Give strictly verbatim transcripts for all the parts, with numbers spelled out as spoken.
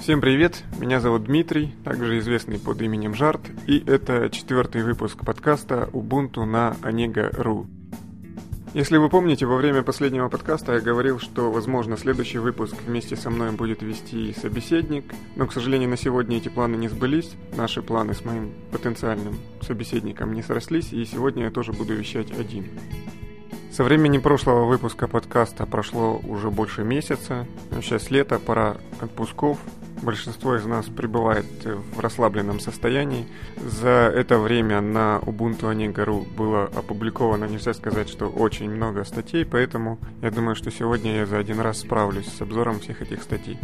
Всем привет, меня зовут Дмитрий, также известный под именем Жарт, и это четвертый выпуск подкаста Ubuntu на Onega точка ру. Если вы помните, во время последнего подкаста я говорил, что, возможно, следующий выпуск вместе со мной будет вести собеседник, но, к сожалению, на сегодня эти планы не сбылись, наши планы с моим потенциальным собеседником не срослись, и сегодня я тоже буду вещать один. Со времени прошлого выпуска подкаста прошло уже больше месяца, сейчас лето, пора отпусков. Большинство из нас пребывает в расслабленном состоянии. За это время на Ubuntu Onega точка ру было опубликовано, нельзя сказать, что очень много статей, поэтому я думаю, что сегодня я за один раз справлюсь с обзором всех этих статей.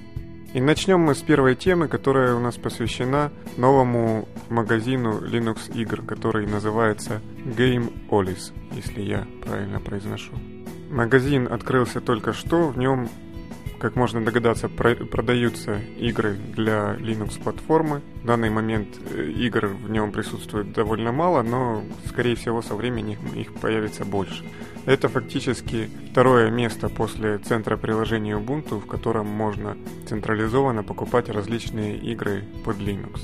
И начнем мы с первой темы, которая у нас посвящена новому магазину Linux игр, который называется GameOlis, если я правильно произношу. Магазин открылся только что, в нем, как можно догадаться, про- продаются игры для Linux-платформы. В данный момент игр в нем присутствует довольно мало, но, скорее всего, со временем их появится больше. Это фактически второе место после центра приложений Ubuntu, в котором можно централизованно покупать различные игры под Linux.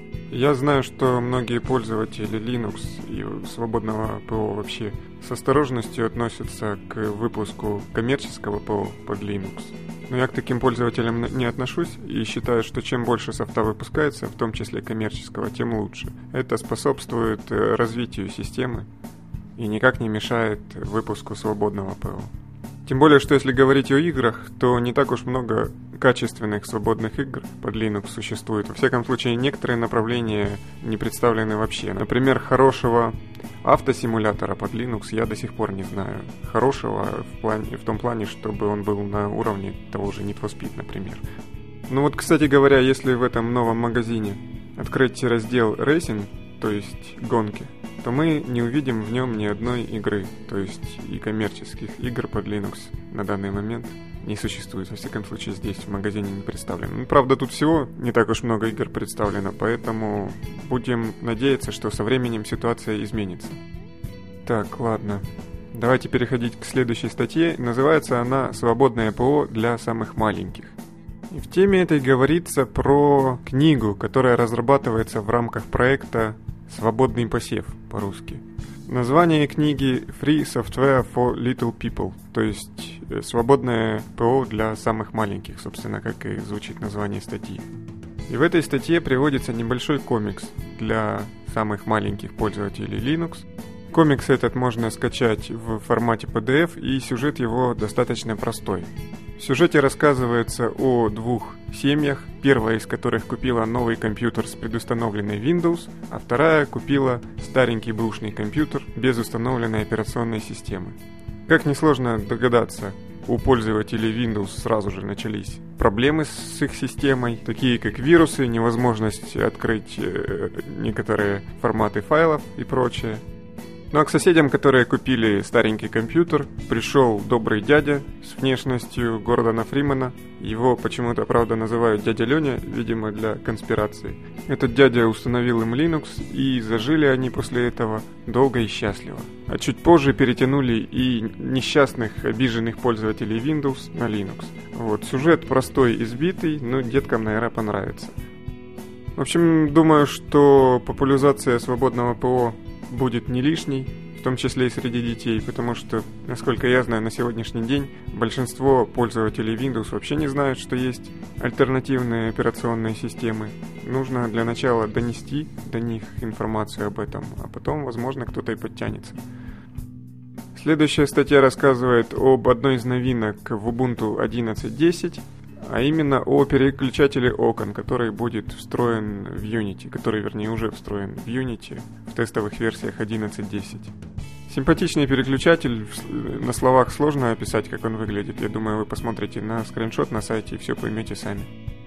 Я знаю, что многие пользователи Linux и свободного ПО вообще с осторожностью относятся к выпуску коммерческого ПО под Linux. Но я к таким пользователям не отношусь и считаю, что чем больше софта выпускается, в том числе коммерческого, тем лучше. Это способствует развитию системы и никак не мешает выпуску свободного ПО. Тем более, что если говорить о играх, то не так уж много качественных свободных игр под Linux существует. Во всяком случае, некоторые направления не представлены вообще. Например, хорошего автосимулятора под Linux я до сих пор не знаю. Хорошего в, плане, в том плане, чтобы он был на уровне того же Need for Speed, например. Ну вот, кстати говоря, если в этом новом магазине открыть раздел Racing, то есть гонки, то мы не увидим в нем ни одной игры, то есть и коммерческих игр под Linux на данный момент не существует. Во всяком случае, здесь в магазине не представлено. Ну, правда, тут всего не так уж много игр представлено, поэтому будем надеяться, что со временем ситуация изменится. Так, ладно. Давайте переходить к следующей статье. Называется она «Свободное ПО для самых маленьких». И в теме этой говорится про книгу, которая разрабатывается в рамках проекта «Свободный посев» по-русски. Название книги «Free Software for Little People», то есть «Свободное ПО для самых маленьких», собственно, как и звучит название статьи. И в этой статье приводится небольшой комикс для самых маленьких пользователей Linux. Комикс этот можно скачать в формате пи ди эф, и сюжет его достаточно простой. В сюжете рассказывается о двух семьях, первая из которых купила новый компьютер с предустановленной Windows, а вторая купила старенький бэушный компьютер без установленной операционной системы. Как несложно догадаться, у пользователей Windows сразу же начались проблемы с их системой, такие как вирусы, невозможность открыть некоторые форматы файлов и прочее. Ну а к соседям, которые купили старенький компьютер, пришел добрый дядя с внешностью Гордона Фримена. Его почему-то, правда, называют дядя Леня, видимо, для конспирации. Этот дядя установил им Linux, и зажили они после этого долго и счастливо. А чуть позже перетянули и несчастных, обиженных пользователей Windows на Linux. Вот, сюжет простой, избитый, но деткам, наверное, понравится. В общем, думаю, что популяризация свободного ПО будет не лишней, в том числе и среди детей, потому что, насколько я знаю, на сегодняшний день большинство пользователей Windows вообще не знают, что есть альтернативные операционные системы. Нужно для начала донести до них информацию об этом, а потом, возможно, кто-то и подтянется. Следующая статья рассказывает об одной из новинок в Ubuntu одиннадцать десять, а именно о переключателе окон, который будет встроен в Unity, который, вернее, уже встроен в Unity в тестовых версиях одиннадцать десять. Симпатичный переключатель, на словах сложно описать, как он выглядит. Я думаю, вы посмотрите на скриншот на сайте и все поймете сами.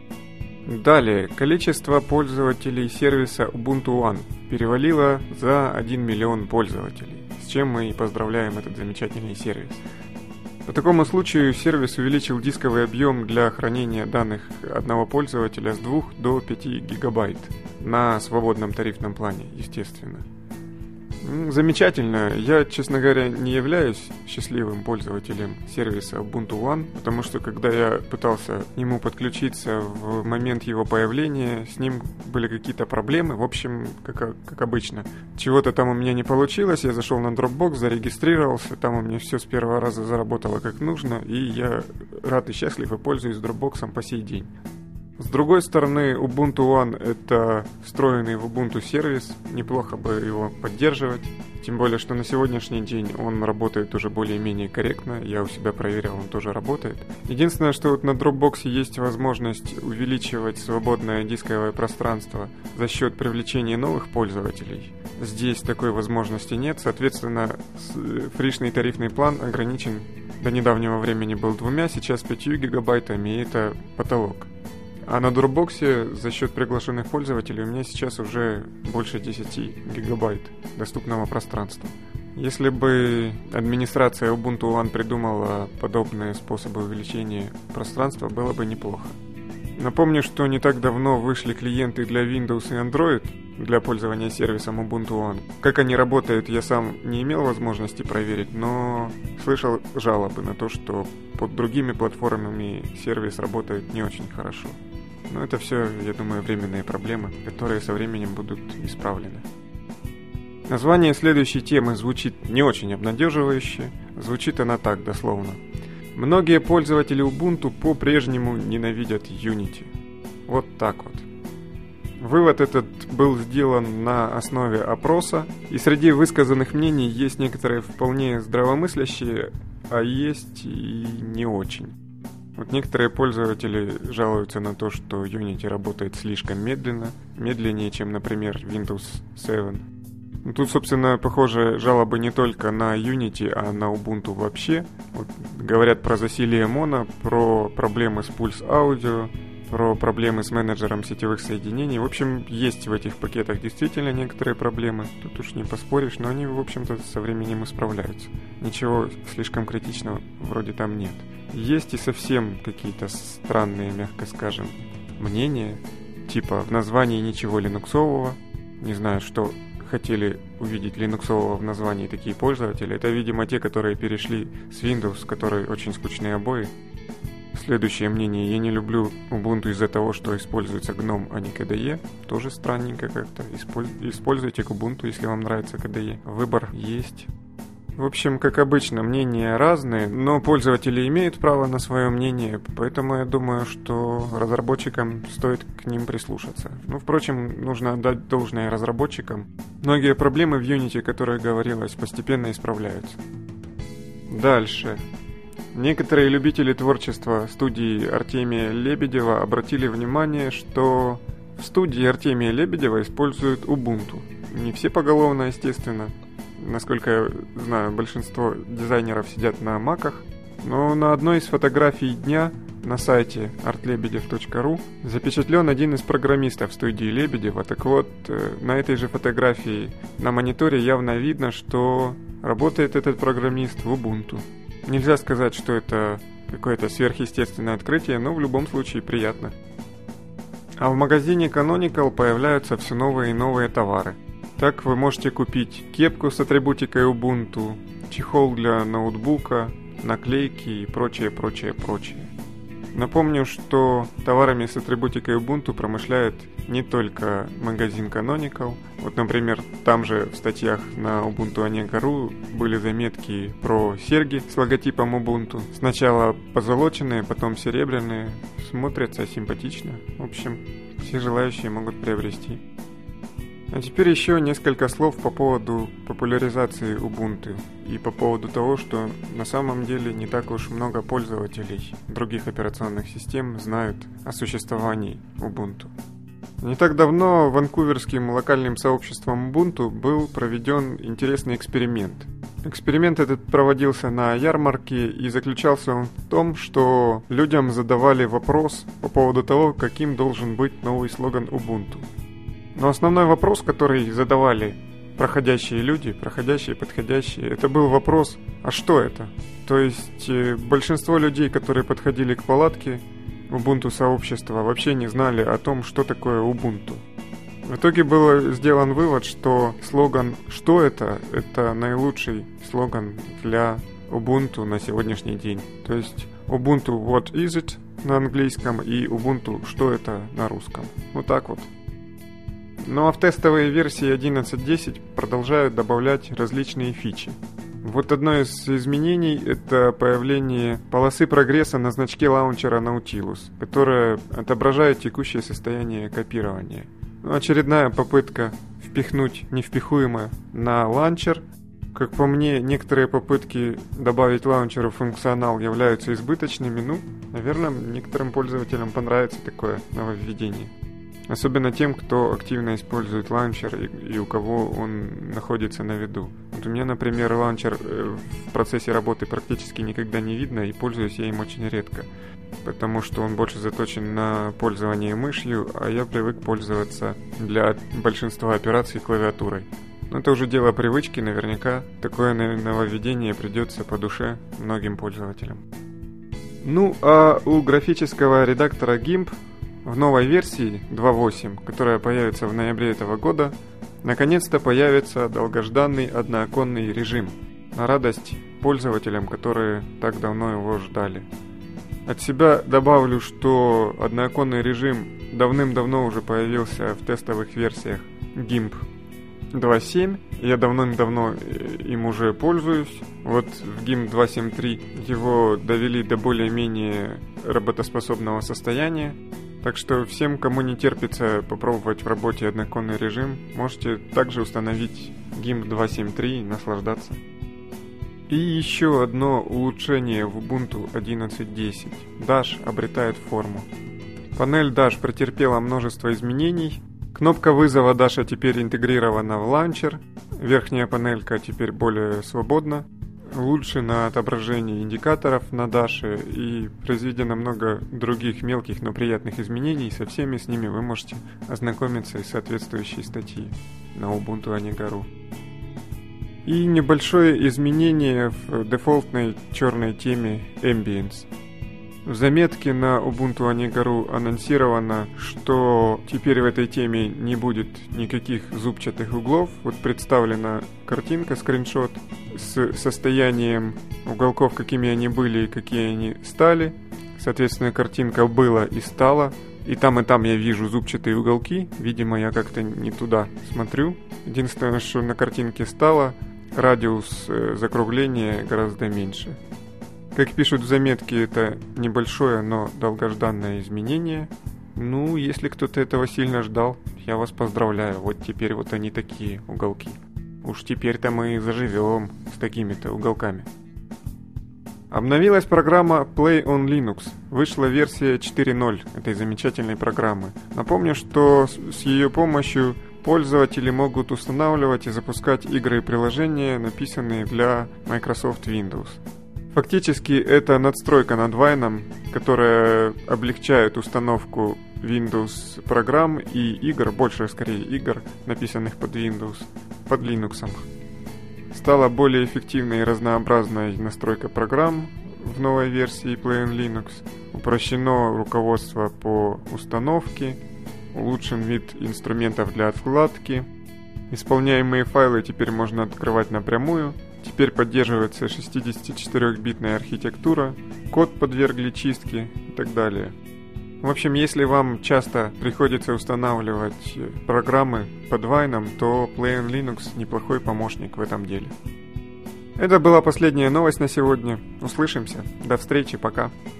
Далее, количество пользователей сервиса Ubuntu One перевалило за один миллион пользователей, с чем мы и поздравляем этот замечательный сервис. По такому случаю сервис увеличил дисковый объем для хранения данных одного пользователя с двух до пяти гигабайт на свободном тарифном плане, естественно. Замечательно. Я, честно говоря, не являюсь счастливым пользователем сервиса Ubuntu One, потому что когда я пытался к нему подключиться в момент его появления, с ним были какие-то проблемы. В общем, как, как обычно. Чего-то там у меня не получилось, я зашел на Dropbox, зарегистрировался, там у меня все с первого раза заработало как нужно, и я рад и счастлив и пользуюсь Dropbox по сей день. С другой стороны, Ubuntu One — это встроенный в Ubuntu сервис, неплохо бы его поддерживать, тем более, что на сегодняшний день он работает уже более-менее корректно, я у себя проверял, он тоже работает. Единственное, что вот на Dropbox есть возможность увеличивать свободное дисковое пространство за счет привлечения новых пользователей. Здесь такой возможности нет, соответственно, фришный тарифный план ограничен, до недавнего времени был двумя, сейчас пятью гигабайтами, и это потолок. А на Dropbox за счет приглашенных пользователей у меня сейчас уже больше десяти гигабайт доступного пространства. Если бы администрация Ubuntu One придумала подобные способы увеличения пространства, было бы неплохо. Напомню, что не так давно вышли клиенты для Windows и Android для пользования сервисом Ubuntu One. Как они работают, я сам не имел возможности проверить, но слышал жалобы на то, что под другими платформами сервис работает не очень хорошо. Но это все, я думаю, временные проблемы, которые со временем будут исправлены. Название следующей темы звучит не очень обнадеживающе. Звучит она так дословно. Многие пользователи Ubuntu по-прежнему ненавидят Unity. Вот так вот. Вывод этот был сделан на основе опроса, и среди высказанных мнений есть некоторые вполне здравомыслящие, а есть и не очень. Вот некоторые пользователи жалуются на то, что Unity работает слишком медленно, медленнее, чем, например, Windows семь. Тут, собственно, похоже, жалобы не только на Unity, а на Ubuntu вообще. Вот, говорят про засилие моно, про проблемы с Pulse Audio, про проблемы с менеджером сетевых соединений. В общем, есть в этих пакетах действительно некоторые проблемы. Тут уж не поспоришь, но они, в общем-то, со временем исправляются. Ничего слишком критичного вроде там нет. Есть и совсем какие-то странные, мягко скажем, мнения, типа в названии ничего линуксового. Не знаю, что хотели увидеть линуксового в названии такие пользователи. Это, видимо, те, которые перешли с Windows, которые очень скучные обои. Следующее мнение. Я не люблю Ubuntu из-за того, что используется гном, а не кей ди и. Тоже странненько как-то. Используйте Ubuntu, если вам нравится кей ди и. Выбор есть. В общем, как обычно, мнения разные, но пользователи имеют право на свое мнение, поэтому я думаю, что разработчикам стоит к ним прислушаться. Ну, впрочем, нужно отдать должное разработчикам. Многие проблемы в Unity, о которых говорилось, постепенно исправляются. Дальше. Некоторые любители творчества студии Артемия Лебедева обратили внимание, что в студии Артемия Лебедева используют Ubuntu. Не все поголовно, естественно. Насколько я знаю, большинство дизайнеров сидят на маках. Но на одной из фотографий дня на сайте арт лебедев точка ру запечатлен один из программистов студии Лебедева. Так вот, на этой же фотографии на мониторе явно видно, что работает этот программист в Ubuntu. Нельзя сказать, что это какое-то сверхъестественное открытие, но в любом случае приятно. А в магазине Canonical появляются все новые и новые товары. Так вы можете купить кепку с атрибутикой Ubuntu, чехол для ноутбука, наклейки и прочее, прочее, прочее. Напомню, что товарами с атрибутикой Ubuntu промышляет не только магазин Canonical. Вот, например, там же в статьях на Ubuntu Онега точка ру были заметки про серьги с логотипом Ubuntu. Сначала позолоченные, потом серебряные. Смотрятся симпатично. В общем, все желающие могут приобрести. А теперь еще несколько слов по поводу популяризации Ubuntu и по поводу того, что на самом деле не так уж много пользователей других операционных систем знают о существовании Ubuntu. Не так давно ванкуверским локальным сообществом Ubuntu был проведен интересный эксперимент. Эксперимент этот проводился на ярмарке и заключался он в том, что людям задавали вопрос по поводу того, каким должен быть новый слоган Ubuntu. Но основной вопрос, который задавали проходящие люди, проходящие, подходящие, это был вопрос, а что это? То есть большинство людей, которые подходили к палатке Ubuntu сообщества, вообще не знали о том, что такое Ubuntu. В итоге был сделан вывод, что слоган «Что это?» — это наилучший слоган для Ubuntu на сегодняшний день. То есть Ubuntu What is it на английском и Ubuntu Что это на русском. Вот так вот. Ну а в тестовые версии одиннадцать десять продолжают добавлять различные фичи. Вот одно из изменений — это появление полосы прогресса на значке лаунчера Nautilus, которая отображает текущее состояние копирования. Ну, очередная попытка впихнуть невпихуемое на лаунчер. Как по мне, некоторые попытки добавить лаунчеру функционал являются избыточными. Ну, наверное, некоторым пользователям понравится такое нововведение. Особенно тем, кто активно использует лаунчер и, и у кого он находится на виду. Вот у меня, например, лаунчер в процессе работы практически никогда не видно, и пользуюсь я им очень редко, потому что он больше заточен на пользование мышью, а я привык пользоваться для большинства операций клавиатурой. Но это уже дело привычки, наверняка такое нововведение придется по душе многим пользователям. Ну а у графического редактора гимп в новой версии два точка восемь, которая появится в ноябре этого года, наконец-то появится долгожданный однооконный режим, на радость пользователям, которые так давно его ждали. От себя добавлю, что однооконный режим давным-давно уже появился в тестовых версиях гимп два точка семь. Я давным-давно им уже пользуюсь. Вот в гимп два точка семь точка три его довели до более-менее работоспособного состояния. Так что всем, кому не терпится попробовать в работе одноконный режим, можете также установить гимп два точка семь точка три и наслаждаться. И еще одно улучшение в Ubuntu одиннадцать десять. Dash обретает форму. Панель Dash претерпела множество изменений. Кнопка вызова Dash теперь интегрирована в лаунчер. Верхняя панелька теперь более свободна. Улучшено отображение индикаторов на Dash и произведено много других мелких, но приятных изменений. Со всеми с ними вы можете ознакомиться из соответствующей статьи на Ubuntu Onega точка ру. И небольшое изменение в дефолтной черной теме Ambience. В заметке на Ubuntu Onega точка ру анонсировано, что теперь в этой теме не будет никаких зубчатых углов. Вот представлена картинка, скриншот с состоянием уголков, какими они были и какие они стали. Соответственно, картинка была и стала. И там, и там я вижу зубчатые уголки. Видимо, я как-то не туда смотрю. Единственное, что на картинке стало, радиус закругления гораздо меньше. Как пишут в заметке, это небольшое, но долгожданное изменение. Ну, если кто-то этого сильно ждал, я вас поздравляю. Вот теперь вот они такие уголки. Уж теперь-то мы заживем с такими-то уголками. Обновилась программа Play on Linux. Вышла версия четыре ноль этой замечательной программы. Напомню, что с ее помощью пользователи могут устанавливать и запускать игры и приложения, написанные для Microsoft Windows. Фактически это надстройка над Wine, которая облегчает установку Windows программ и игр, больше скорее игр, написанных под Windows, под Linux. Стала более эффективной и разнообразной настройка программ в новой версии Play on Linux. Упрощено руководство по установке, улучшен вид инструментов для откладки. Исполняемые файлы теперь можно открывать напрямую. Теперь поддерживается шестидесятичетырёхбитная архитектура, код подвергли чистке и так далее. В общем, если вам часто приходится устанавливать программы под Wine, то Play on Linux неплохой помощник в этом деле. Это была последняя новость на сегодня. Услышимся. До встречи. Пока.